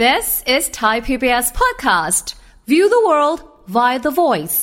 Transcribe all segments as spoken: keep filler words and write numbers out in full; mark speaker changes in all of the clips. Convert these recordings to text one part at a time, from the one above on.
Speaker 1: This is Thai พี บี เอส podcast. View the world via the voice.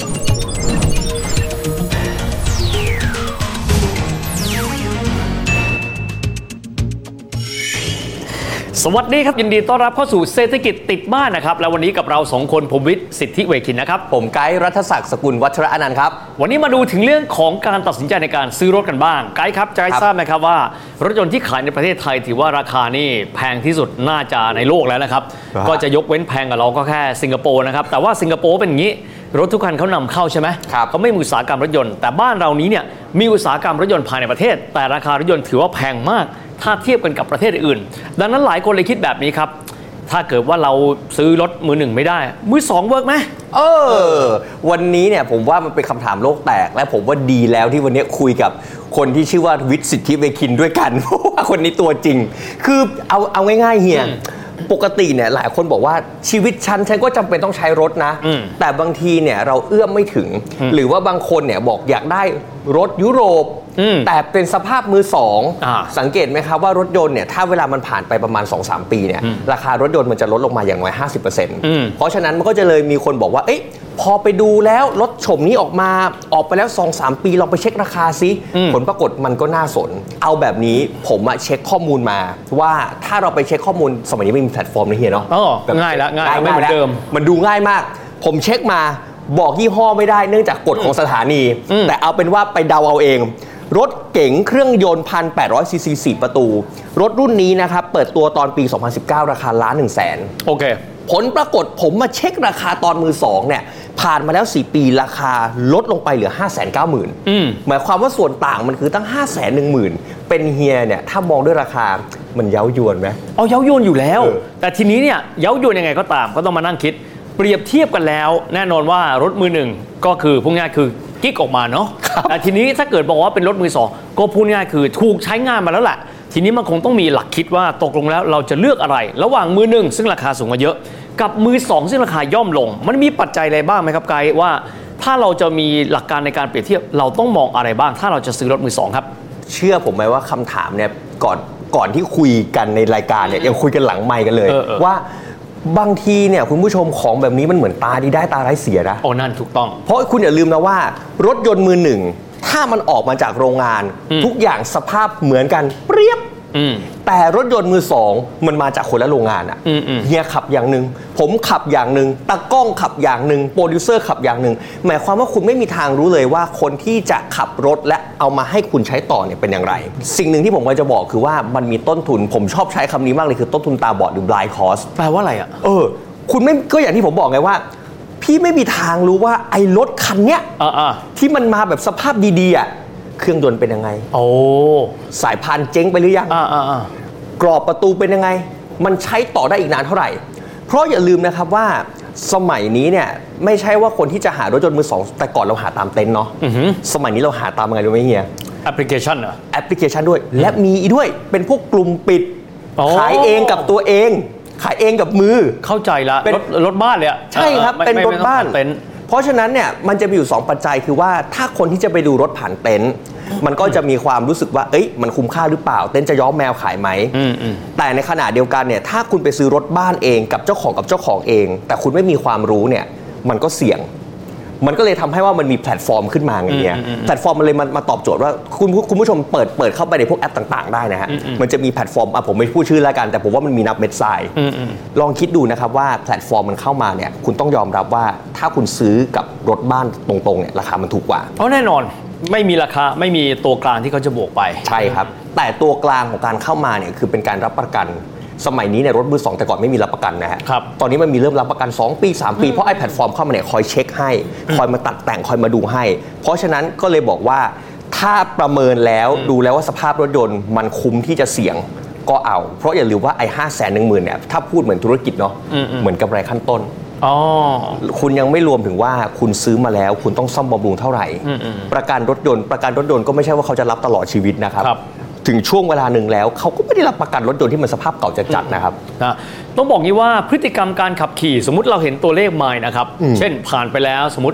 Speaker 2: สวัสดีครับยินดีต้อนรับเข้าสู่เศรษฐกิจติดบ้านนะครับและวันนี้กับเราสองคนผมวิทย์สิทธิเวคินนะครับ
Speaker 3: ผมไกด์รัฐศักดิ์สกุลวัชระอนันต์ครับ
Speaker 2: วันนี้มาดูถึงเรื่องของการตัดสินใจในการซื้อรถกันบ้างไกด์ครับจะให้ทราบไหมครับว่ารถยนต์ที่ขายในประเทศไทยถือว่าราคานี่แพงที่สุดน่าจะในโลกแล้วนะครับก็จะยกเว้นแพงกับเราก็แค่สิงคโปร์นะครับแต่ว่าสิงคโปร์เป็นอย่างนี้รถทุกคันเขานำเข้าใช่ไหมเขาไม่มีอุตสาหกรรมรถยนต์แต่บ้านเรานี้เนี่ยมีอุตสาหกรรมรถยนต์ภายในประเทศแต่ราคารถยนต์ถือว่าแพงมากถ้าเทียบกันกับประเทศอื่นดังนั้นหลายคนเลยคิดแบบนี้ครับถ้าเกิดว่าเราซื้อรถมือหนึ่งไม่ได้มือสองเวิร์กไหม
Speaker 3: เออวันนี้เนี่ยผมว่ามันเป็นคำถามโลกแตกและผมว่าดีแล้วที่วันนี้คุยกับคนที่ชื่อว่าวิทย์สิทธิเวคินด้วยกันเพราะว่าคนนี้ตัวจริงคือเอาเอาง่ายๆเฮียปกติเนี่ยหลายคนบอกว่าชีวิตฉันฉันก็จำเป็นต้องใช้รถนะแต่บางทีเนี่ยเราเอื้อมไม่ถึงหรือว่าบางคนเนี่ยบอกอยากได้รถยุโรปแต่เป็นสภาพมือสองสังเกตไหมครับว่ารถยนต์เนี่ยถ้าเวลามันผ่านไปประมาณ สองถึงสาม ปีเนี่ยราคารถยนต์มันจะลดลงมาอย่างน้อย ห้าสิบเปอร์เซ็นต์ เพราะฉะนั้นมันก็จะเลยมีคนบอกว่าเอ๊ะพอไปดูแล้วรถโฉมนี้ออกมาออกไปแล้ว สองถึงสาม ปีลองไปเช็คราคาซิผลปรากฏมันก็น่าสนเอาแบบนี้ผมอะเช็คข้อมูลมาว่าถ้าเราไปเช็คข้อมูลสมัยนี้ไม่มีแพลตฟอร์มนะเฮียเนาะ
Speaker 2: ง่ายแล้วง่ายไม่เหมือนเดิม
Speaker 3: มันดูง่ายมากผมเช็คมาบอกยี่ห้อไม่ได้เนื่องจากกฎของสถานีแต่เอาเป็นว่าไปเดาเอาเองรถเก๋งเครื่องยนต์ หนึ่งพันแปดร้อยซีซีสี่ประตูรถรุ่นนี้นะครับเปิดตัวตอนปีสองพันสิบเก้าราคาล้านหนึ่งแสน
Speaker 2: โอเค
Speaker 3: ผลปรากฏผมมาเช็คราคาตอนมือสองเนี่ยผ่านมาแล้วสี่ปีราคาลดลงไปเหลือ ห้าแสนเก้าหมื่น หมายความว่าส่วนต่างมันคือตั้ง ห้าแสนหนึ่งหมื่น เป็นเฮียเนี่ยถ้ามองด้วยราคามันเย้ายวนไหม
Speaker 2: เอาเย้ายวนอยู่แล้วแต่ทีนี้เนี่ยเย้ายวนยังไงก็ตามก็ต้องมานั่งคิดเปรียบเทียบกันแล้วแน่นอนว่ารถมือหนึ่งก็คือพูดง่ายคือกิ๊กออกมาเนาะแต่ทีนี้ถ้าเกิดบอกว่าเป็นรถมือสองก็พูดง่ายคือถูกใช้งานมาแล้วแหละทีนี้มันคงต้องมีหลักคิดว่าตกลงแล้วเราจะเลือกอะไรระหว่างมือหนึ่งซึ่งราคาสูงกว่าเยอะกับมือสองซึ่งราคาย่อมลงมันมีปัจจัยอะไรบ้างไหมครับไกด์ว่าถ้าเราจะมีหลักการในการเปรียบเทียบเราต้องมองอะไรบ้างถ้าเราจะซื้อรถมือสองครับ
Speaker 3: เชื่อผมไหมว่าคำถามเนี่ยก่อนก่อนที่คุยกันในรายการเนี่ยยังคุยกันหลังไมค์กันเลยว่าบางทีเนี่ยคุณผู้ชมของแบบนี้มันเหมือนตาดีได้ตาร้ายเสียนะ
Speaker 2: โอ้นั่นถูกต้อง
Speaker 3: เพราะคุณอย่าลืมนะว่ารถยนต์มือหนึ่งถ้ามันออกมาจากโรงงานทุกอย่างสภาพเหมือนกันเปรียบแต่รถยนต์มือสองมันมาจากคนละโรงงานอ่ะเฮียขับอย่างนึงผมขับอย่างนึงตากล้องขับอย่างนึงโปรดิวเซอร์ขับอย่างนึงหมายความว่าคุณไม่มีทางรู้เลยว่าคนที่จะขับรถและเอามาให้คุณใช้ต่อเนี่ยเป็นอย่างไรสิ่งหนึ่งที่ผมก็จะบอกคือว่ามันมีต้นทุนผมชอบใช้คำนี้มากเลยคือต้นทุนตาบอดหรือ blind cost
Speaker 2: แปลว่าอะไรอ่ะ
Speaker 3: เออคุณไม่ก็อย่างที่ผมบอกไงว่าพี่ไม่มีทางรู้ว่าไอ้รถคันเนี้ยที่มันมาแบบสภาพดีๆอ่ะเครื่องยนต์เป็นยังไง
Speaker 2: โอ้
Speaker 3: สายพานเจ๊งไปหรือยังกรอบประตูเป็นยังไงมันใช้ต่อได้อีกนานเท่าไหร่เพราะอย่าลืมนะครับว่าสมัยนี้เนี่ยไม่ใช่ว่าคนที่จะหารถยนต์มือสองแต่ก่อนเราหาตามเต็นท์เนาะสมัยนี้เราหาตามยังไงรู้ไหมเฮีย
Speaker 2: แอปพลิเคชันเหรอ
Speaker 3: แอปพลิเคชันด้วยและมีด้วยเป็นพวกกลุ่มปิดขายเองกับตัวเองขายเองกับมือ
Speaker 2: เข้าใจละรถรถบ้านเลยอ่ะ
Speaker 3: ใช่ครับเป็นรถบ้านเพราะฉะนั้นเนี่ยมันจะมีอยู่สองปัจจัยคือว่าถ้าคนที่จะไปดูรถผ่านเต็นท์มันก็จะมีความรู้สึกว่าเอ้ยมันคุ้มค่าหรือเปล่าเต็นท์จะย้อมแมวขายไหมแต่ในขณะเดียวกันเนี่ยถ้าคุณไปซื้อรถบ้านเองกับเจ้าของกับเจ้าของเองแต่คุณไม่มีความรู้เนี่ยมันก็เสี่ยงมันก็เลยทำให้ว่ามันมีแพลตฟอร์มขึ้นมาอย่างเงี้ยแพลตฟอร์มมันเลยมามาตอบโจทย์ว่าคุณคุณผู้ชมเปิดเปิดเข้าไปในพวกแอปต่างๆได้นะฮะมันจะมีแพลตฟอร์มอ่ะผมไม่พูดชื่อแล้วกันแต่ผมว่ามันมีนับเม็ดทรายลองคิดดูนะครับว่าแพลตฟอร์มมันเข้ามาเนี่ยคุณต้องยอมรับว่าถ้าคุณซื้อกับรถบ้านตรงๆเนี่ยราคามันถูกกว่า
Speaker 2: เพราะแน่นอนไม่มีราคาไม่มีตัวกลางที่เขาจะบวกไป
Speaker 3: ใช่ครับแต่ตัวกลางของการเข้ามาเนี่ยคือเป็นการรับประกันสมัยนี้เนี่ยรถมือสองแต่ก่อนไม่มีรับประกันนะฮะตอนนี้มันมีเริ่มรับประกันสองปีสามปีเพราะไอ้แพลตฟอร์มเข้ามาเนี่ยคอยเช็คให้คอยมาตัดแต่งคอยมาดูให้เพราะฉะนั้นก็เลยบอกว่าถ้าประเมินแล้วดูแล้วว่าสภาพรถยนต์มันคุ้มที่จะเสี่ยงก็เอาเพราะอย่าลืมว่าไอ้ห้าแสนหนึ่งหมื่นเนี่ยถ้าพูดเหมือนธุรกิจเนาะเหมือนกำไรขั้นต้นคุณยังไม่รวมถึงว่าคุณซื้อมาแล้วคุณต้องซ่อมบำรุงเท่าไหร่ประกันรถยนต์ประกันรถยนต์ก็ไม่ใช่ว่าเขาจะรับตลอดชีวิตนะครับถึงช่วงเวลาหนึ่งแล้วเขาก็ไม่ได้รับประกันรถยนต์ที่มันสภาพเก่าจัดๆนะครับ
Speaker 2: นะต้องบอกงี้ว่าพฤติกรรมการขับขี่สมมุติเราเห็นตัวเลขไมล์นะครับเช่นผ่านไปแล้วสมมติ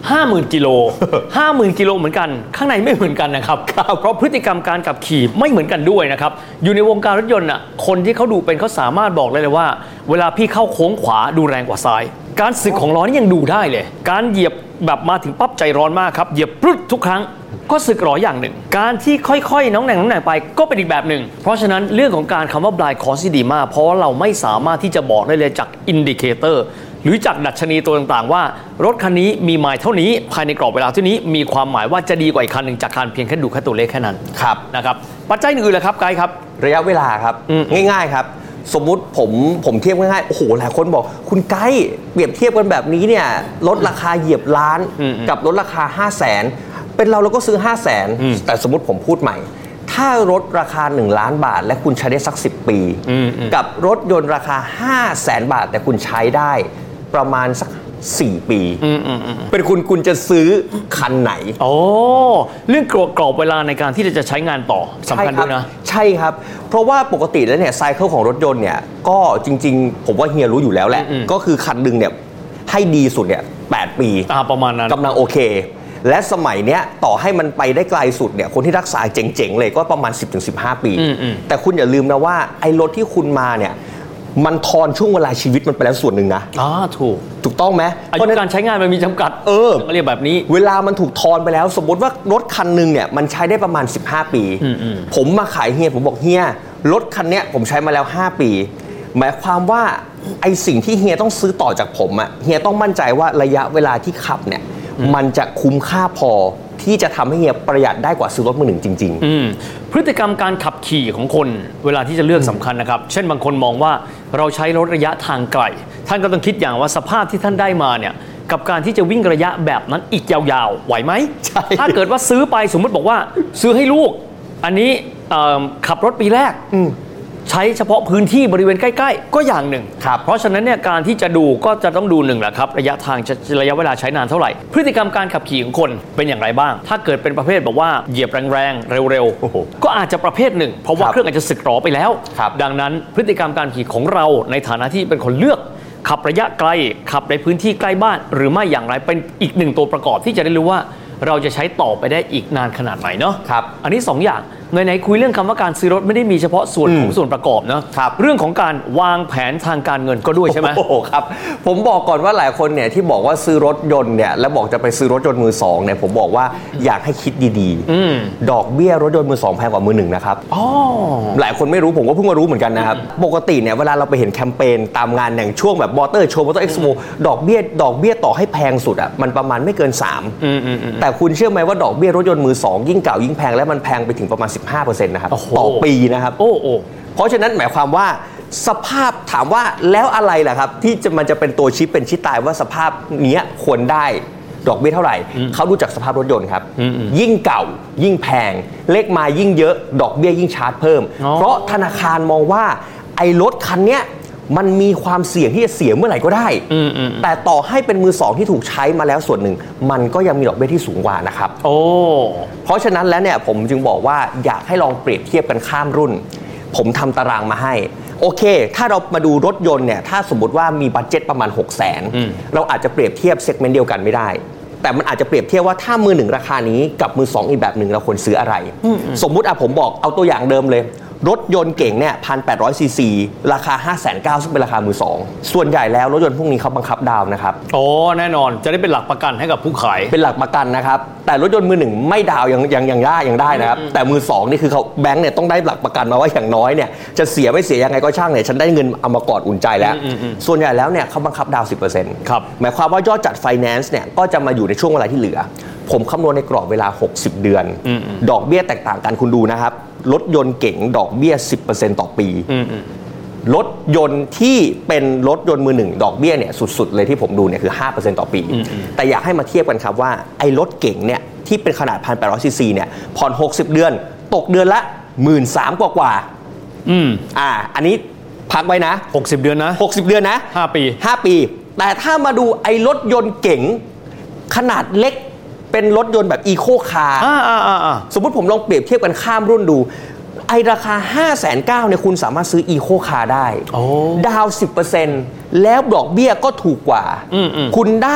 Speaker 2: ห้าหมื่นกิโล ห้าหมื่นกิโลเหมือนกันข้างในไม่เหมือนกันนะครับเพราะพฤติกรรมการขับขี่ไม่เหมือนกันด้วยนะครับอยู่ในวงการรถยนต์อ่ะคนที่เขาดูเป็นเขาสามารถบอกเลยเลยว่าเวลาพี่เข้าโค้งขวาดูแรงกว่าซ้ายการสึกของล้อนี่ยังดูได้เลยการเหยียบแบบมาถึงปั๊บใจร้อนมากครับเหยียบปรึ๊ดทุกครั้งก็สึกหรออย่างหนึ่งการที่ค่อยๆน้องแหน่งน้องแหน่งไปก็เป็นอีกแบบหนึ่งเพราะฉะนั้นเรื่องของการคำว่า blind cross ที่ดีมากเพราะว่าเราไม่สามารถที่จะบอกได้เลยจากอินดิเคเตอร์หรือจากดัชนีตัวต่างๆว่ารถคันนี้มีไมล์เท่านี้ภายในกรอบเวลาเท่านี้มีความหมายว่าจะดีกว่าอีกคันหนึ่งจากการเพียงแค่ดูแค่ตัวเลขแค่นั้น
Speaker 3: ครับ
Speaker 2: นะครับปัจจัยอื่นๆล่ะครับไกด์ครับ
Speaker 3: ระยะเวลาครับง่ายๆครับสมมุติผมผมเทียบง่ายๆโอ้โหหลายคนบอกคุณไกด์เปรียบเทียบกันแบบนี้เนี่ยลดราคาเหยียบล้านกับลดราคา ห้าแสน เป็นเราเราก็ซื้อ ห้าแสน แต่สมมุติผมพูดใหม่ถ้ารถราคาหนึ่งล้านบาทและคุณใช้ได้สักสิบปีกับรถยนต์ราคา ห้าแสน บาทแต่คุณใช้ได้ประมาณสักสี่ปีเป็นคุณคุณจะซื้อคันไหน
Speaker 2: โอ้เรื่องกรอบเวลาในการที่จะใช้งานต่อสำคัญด้วยนะ
Speaker 3: ใช่ครับเพราะว่าปกติแล้วเนี่ยไซเคิลของรถยนต์เนี่ยก็จริงๆผมว่าเฮียรู้อยู่แล้วแหละก็คือคันหนึ่งเนี่ยให้ดีสุดเนี่ยแปดปี
Speaker 2: ประมาณนั้น
Speaker 3: กำลังโอเคและสมัยเนี้ยต่อให้มันไปได้ไกลสุดเนี่ยคนที่รักษาเจ๋งๆเลยก็ประมาณ สิบถึงสิบห้า ปีแต่คุณอย่าลืมนะว่าไอ้รถที่คุณมาเนี่ยมันทอนช่วงเวลาชีวิตมันไปแล้วส่วนหนึ่งนะ
Speaker 2: อ๋อถูก
Speaker 3: ถูกต้องไหม
Speaker 2: อายุการใช้งานมันมีจำกัด
Speaker 3: เออ
Speaker 2: เรียกแบบนี้
Speaker 3: เวลามันถูกทอนไปแล้วสมมติว่ารถคันหนึ่งเนี่ยมันใช้ได้ประมาณสิบห้าปีผมมาขายเฮียผมบอกเฮียรถคันเนี้ยผมใช้มาแล้วห้าปีหมายความว่าไอสิ่งที่เฮียต้องซื้อต่อจากผมอะเฮียต้องมั่นใจว่าระยะเวลาที่ขับเนี่ยมันจะคุ้มค่าพอที่จะทำให้เฮียประหยัดได้กว่าซื้อรถมือหนึ่งจริง
Speaker 2: ๆพฤติกรรมการขับขี่ของคนเวลาที่จะเลือกสำคัญนะครับเช่นบางคนมองว่าเราใช้รถระยะทางไกลท่านก็ต้องคิดอย่างว่าสภาพที่ท่านได้มาเนี่ยกับการที่จะวิ่งระยะแบบนั้นอีกยาวๆไหวไหมถ้าเกิดว่าซื้อไปสมมติบอกว่าซื้อให้ลูกอันนี้ขับรถปีแรกใช้เฉพาะพื้นที่บริเวณใกล้ๆก็อย่างหนึ่งเพราะฉะนั้นเนี่ยการที่จะดูก็จะต้องดูหนึ่งแหละครับระยะทางจะระยะเวลาใช้นานเท่าไหร่พฤติกรรมการขับขี่ของคนเป็นอย่างไรบ้างถ้าเกิดเป็นประเภทแบบว่าเหยียบแรงๆเร็วๆก็อาจจะประเภทหนึ่งเพราะว่าเครื่องอาจจะสึกหรอไปแล้วดังนั้นพฤติกรรมการขี่ของเราในฐานะที่เป็นคนเลือกขับระยะไกลขับในพื้นที่ใกล้บ้านหรือไม่อย่างไรเป็นอีกหนึ่งตัวประกอบที่จะได้รู้ว่าเราจะใช้ต่อไปได้อีกนานขนาดไหนเนาะ
Speaker 3: ครับ
Speaker 2: อันนี้สองอย่างในไหนคุยเรื่องคำว่าการซื้อรถไม่ได้มีเฉพาะส่วนของส่วนประกอบนะครับเรื่องของการวางแผนทางการเงินก็ด้วยใช่ไหม
Speaker 3: โอ้โหครับผมบอกก่อนว่าหลายคนเนี่ยที่บอกว่าซื้อรถยนต์เนี่ยแล้วบอกจะไปซื้อรถยนต์มือสองเนี่ยผมบอกว่าอยากให้คิดดีๆดอกเบี้ยรถยนต์มือสองแพงกว่ามือหนึ่งนะครับหลายคนไม่รู้ผมก็เพิ่งมารู้เหมือนกันนะครับปกติเนี่ยเวลาเราไปเห็นแคมเปญตามงานอย่างช่วงแบบมอเตอร์โชว์มอเตอร์เอ็กซ์โปดอกเบี้ยดอกเบี้ยต่อให้แพงสุดอ่ะมันประมาณไม่เกินสามแต่คุณเชื่อไหมว่าดอกเบี้ยรถยนต์มือสองยิ่งเก่ายิ่งแพงและมันแพงไปถึงประมาณ สิบห้าเปอร์เซ็นต์ นะครับต่อปีนะครับ
Speaker 2: โอ้โอ้
Speaker 3: เพราะฉะนั้นหมายความว่าสภาพถามว่าแล้วอะไรล่ะครับที่จะมันจะเป็นตัวชี้เป็นชี้ตายว่าสภาพเนี้ยควรได้ดอกเบี้ยเท่าไหร่เขาดูจากสภาพรถยนต์ครับยิ่งเก่ายิ่งแพงเลขมายิ่งเยอะดอกเบี้ยยิ่งชาร์จเพิ่มเพราะธนาคารมองว่าไอ้รถคันเนี้ยมันมีความเสี่ยงที่จะเสียเมื่อไหร่ก็ได้แต่ต่อให้เป็นมือสองที่ถูกใช้มาแล้วส่วนหนึ่งมันก็ยังมีดอกเบี้ยที่สูงกว่านะครับ
Speaker 2: โอ้
Speaker 3: เพราะฉะนั้นแล้วเนี่ยผมจึงบอกว่าอยากให้ลองเปรียบเทียบกันข้ามรุ่นผมทำตารางมาให้โอเคถ้าเรามาดูรถยนต์เนี่ยถ้าสมมติว่ามีบัดเจ็ตประมาณ หกแสน เราอาจจะเปรียบเทียบเซกเมนต์เดียวกันไม่ได้แต่มันอาจจะเปรียบเทียบว่าถ้ามือหนึ่งราคานี้กับมือสองอีกแบบหนึ่งเราควรซื้ออะไรสมมุติอ่ะผมบอกเอาตัวอย่างเดิมเลยรถยนต์เก่งเนี่ย หนึ่งพันแปดร้อย ซีซีราคา ห้าแสนเก้าหมื่น ซึ่งเป็นราคามือสองส่วนใหญ่แล้วรถยนต์พวกนี้เขาบังคับดาวน์นะครับ
Speaker 2: โอ้แน่นอนจะได้เป็นหลักประกันให้กับผู้ขาย
Speaker 3: เป็นหลักประกันนะครับแต่รถยนต์มือหนึ่งไม่ดาวน์ยังยังยังได้ยังได้นะครับแต่มือสองนี่คือเขาแบงค์เนี่ยต้องได้หลักประกันมาว่าอย่างน้อยเนี่ยจะเสียไม่เสียยังไงก็ช่างเนี่ยฉันได้เงินเอามากอดอุ่นใจแล้วส่วนใหญ่แล้วเนี่ยเขาบังคับดาวน์ สิบเปอร์เซ็นต์
Speaker 2: ครับ
Speaker 3: หมายความว่ายอดจัดไฟแนนซ์เนี่ยก็จะมาอยู่ในช่วงเวลาที่เหลือผมคำนวณในกรอบเวลาหกสิบเดือนดอกเบี้ยแตกต่างกันคุณดูนะครับรถยนต์เก๋งดอกเบี้ย สิบเปอร์เซ็นต์ ต่อปีรถยนต์ที่เป็นรถยนต์มือหนึ่งดอกเบี้ยเนี่ยสุดๆเลยที่ผมดูเนี่ยคือ ห้าเปอร์เซ็นต์ ต่อปีแต่อยากให้มาเทียบกันครับว่าไอ้รถเก๋งเนี่ยที่เป็นขนาด หนึ่งพันแปดร้อย ซีซีเนี่ยผ่อนหกสิบเดือนตกเดือนละ หนึ่งหมื่นสามพัน กว่าๆอืมอ่าอันนี้พักไว้นะ
Speaker 2: หกสิบเดือนนะ
Speaker 3: หกสิบเดือนนะ
Speaker 2: ห้าปี
Speaker 3: ห้าปีแต่ถ้ามาดูไอ้รถยนต์เก๋งขนาดเล็กเป็นรถยนต์แบบอีโคคาร์สมมุติผมลองเปรียบเทียบกันข้ามรุ่นดูไอราคา ห้าแสนเก้าหมื่น เนี่ยคุณสามารถซื้ออีโคคาร์ได้ดาว สิบเปอร์เซ็นต์ แล้วดอกเบี้ยก็ถูกกว่าคุณได้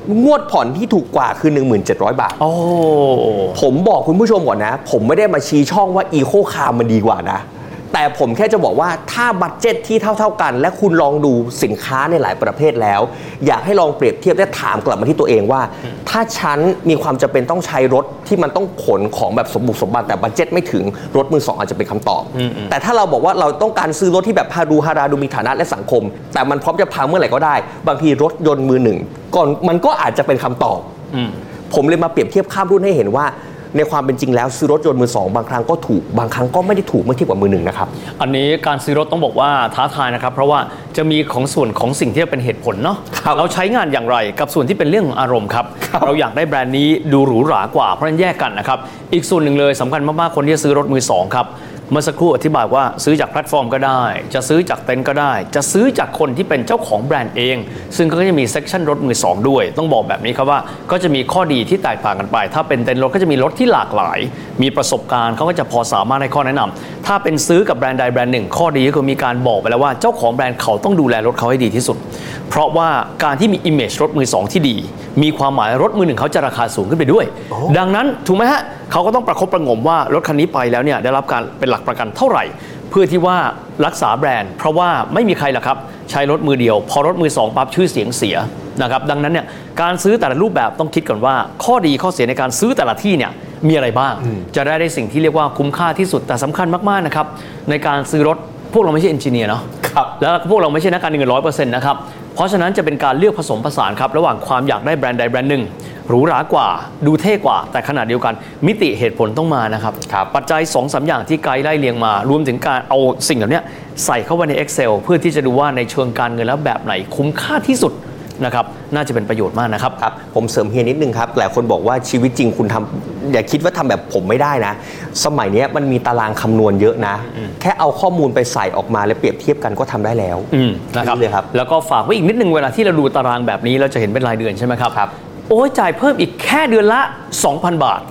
Speaker 3: งวดผ่อนที่ถูกกว่าคือ หนึ่งพันเจ็ดร้อย บาท
Speaker 2: โอ้
Speaker 3: ผมบอกคุณผู้ชมก่อนนะผมไม่ได้มาชี้ช่องว่าอีโคคาร์มันดีกว่านะแต่ผมแค่จะบอกว่าถ้าบัดเจ็ตที่เท่าๆกันและคุณลองดูสินค้าในหลายประเภทแล้วอยากให้ลองเปรียบเทียบและถามกลับมาที่ตัวเองว่าถ้าฉันมีความจำเป็นต้องใช้รถที่มันต้องขนของแบบสมบุกสมบันแต่บัดเจ็ตไม่ถึงรถมือสองอาจจะเป็นคำตอบแต่ถ้าเราบอกว่าเราต้องการซื้อรถที่แบบฮารูฮาราดูมีฐานะและสังคมแต่มันพร้อมจะพังเมื่อไหร่ก็ได้บางทีรถยนต์มือหนึ่งก่อนมันก็อาจจะเป็นคำตอบผมเลยมาเปรียบเทียบข้ามรุ่นให้เห็นว่าในความเป็นจริงแล้วซื้อรถยนต์มือสองบางครั้งก็ถูกบางครั้งก็ไม่ได้ถูกเมื่อเทียบกับมือหนึ่งนะครับ
Speaker 2: อันนี้การซื้อรถต้องบอกว่าท้าทายนะครับเพราะว่าจะมีของส่วนของสิ่งที่เป็นเหตุผลเนาะเราใช้งานอย่างไรกับส่วนที่เป็นเรื่องอารมณ์ครับเราอยากได้แบรนด์นี้ดูหรูหรากว่าเพราะฉะนั้นแยกกันนะครับอีกส่วนหนึ่งเลยสำคัญมากๆคนที่จะซื้อรถมือสองครับเมื่อสักครู่อธิบายว่าซื้อจากแพลตฟอร์มก็ได้จะซื้อจากเต็นท์ก็ได้จะซื้อจากคนที่เป็นเจ้าของแบรนด์เองซึ่งก็จะมีเซกชันรถมือสองด้วยต้องบอกแบบนี้ครับว่าก็จะมีข้อดีที่แตกต่างกันไปถ้าเป็นเต็นท์รถก็จะมีรถที่หลากหลายมีประสบการณ์เขาก็จะพอสามารถให้ข้อแนะนำถ้าเป็นซื้อกับแบรนด์ใดแบรนด์หนึ่งข้อดีก็คือมีการบอกไปแล้วว่าเจ้าของแบรนด์เขาต้องดูแลรถเขาให้ดีที่สุดเพราะว่าการที่มีอิมเมจรถมือสองที่ดีมีความหมายรถมือหนึ่งเขาจะราคาสูงขึ้นไปด้วยดังนั้นถูกไหมฮะเขาก็ต้องประคบประงมว่ารถคันนี้ไปแล้วเนี่ยได้รับการเป็นหลักประกันเท่าไหร่เพื่อที่ว่ารักษาแบรนด์เพราะว่าไม่มีใครหรอกครับใช้รถมือเดียวพอรถมือสองปั๊บชื่อเสียงเสียนะครับดังนั้นเนี่ยการซื้อแต่ละรูปแบบต้องคิดก่อนว่าข้อดีข้อเสียในการซื้อแต่ละที่เนี่ยมีอะไรบ้างจะได้ได้สิ่งที่เรียกว่าคุ้มค่าที่สุดแต่สำคัญมากๆนะครับในการซื้อรถพวกเราไม่ใช่เอนจิเนียร์เนาะแล้วพวกเราไม่ใช่นักการเงิน ร้อยเปอร์เซ็นต์ นะครับเพราะฉะนั้นจะเป็นการเลือกผสมผสานครับระหว่างความอยากได้แบรนด์ใดแบรนด์หนึ่งหรูหรากว่าดูเท่กว่าแต่ขณะเดียวกันมิติเหตุผลต้องมานะครับปัจจัย สองถึงสาม อย่างที่ไกด์ไล่เรียงมารวมถึงการเอาสิ่งเหล่านี้ใส่เข้าไว้ใน Excel เพื่อที่จะดูว่าในเชิงการเงินแล้วแบบไหนคุ้มค่าที่สุดนะครับน่าจะเป็นประโยชน์มากนะครับ
Speaker 3: ครับผมเสริมเฮียนิดนึงครับหลายคนบอกว่าชีวิตจริงคุณทำอย่าคิดว่าทำแบบผมไม่ได้นะสมัยนี้มันมีตารางคำนวณเยอะนะแค่เอาข้อมูลไปใส่ออกมาแล้วเปรียบเทียบกันก็ทำได้แล้ว
Speaker 2: นะครับเลยครับแล้วก็ฝากไว้อีกนิดนึงเวลาที่เราดูตารางแบบนี้เราจะเห็นเป็นรายเดือนใช่ไหมครับครับโอ้ยจ่ายเพิ่มอีกแค่เดือนละ สองพัน บาท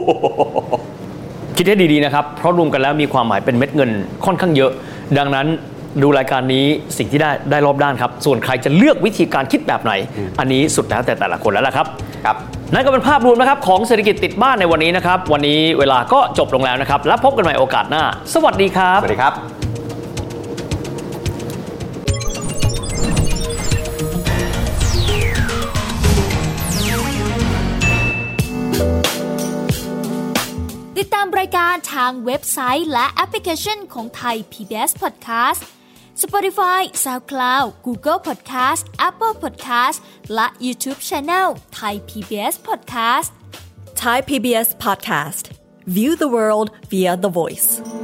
Speaker 2: คิดให้ดีๆนะครับเพราะรวมกันแล้วมีความหมายเป็นเม็ดเงินค่อนข้างเยอะดังนั้นดูรายการนี้สิ่งที่ได้ได้รอบด้านครับส่วนใครจะเลือกวิธีการคิดแบบไหนอันนี้สุดแล้วแต่แต่ละคนแล้วล่ะครับ
Speaker 3: ครับ
Speaker 2: นั่นก็เป็นภาพรวมนะครับของเศรษฐกิจติดบ้านในวันนี้นะครับวันนี้เวลาก็จบลงแล้วนะครับแล้วพบกันใหม่โอกาสหน้าสวัสดีครับ
Speaker 3: สวัสดีครับ
Speaker 4: ติดตามรายการทางเว็บไซต์และแอปพลิเคชันของไทย พี บี เอส Podcast Spotify, SoundCloud, Google Podcast, Apple Podcast และ YouTube Channel Thai พี บี เอส Podcast
Speaker 1: Thai พี บี เอส Podcast View the world via the voice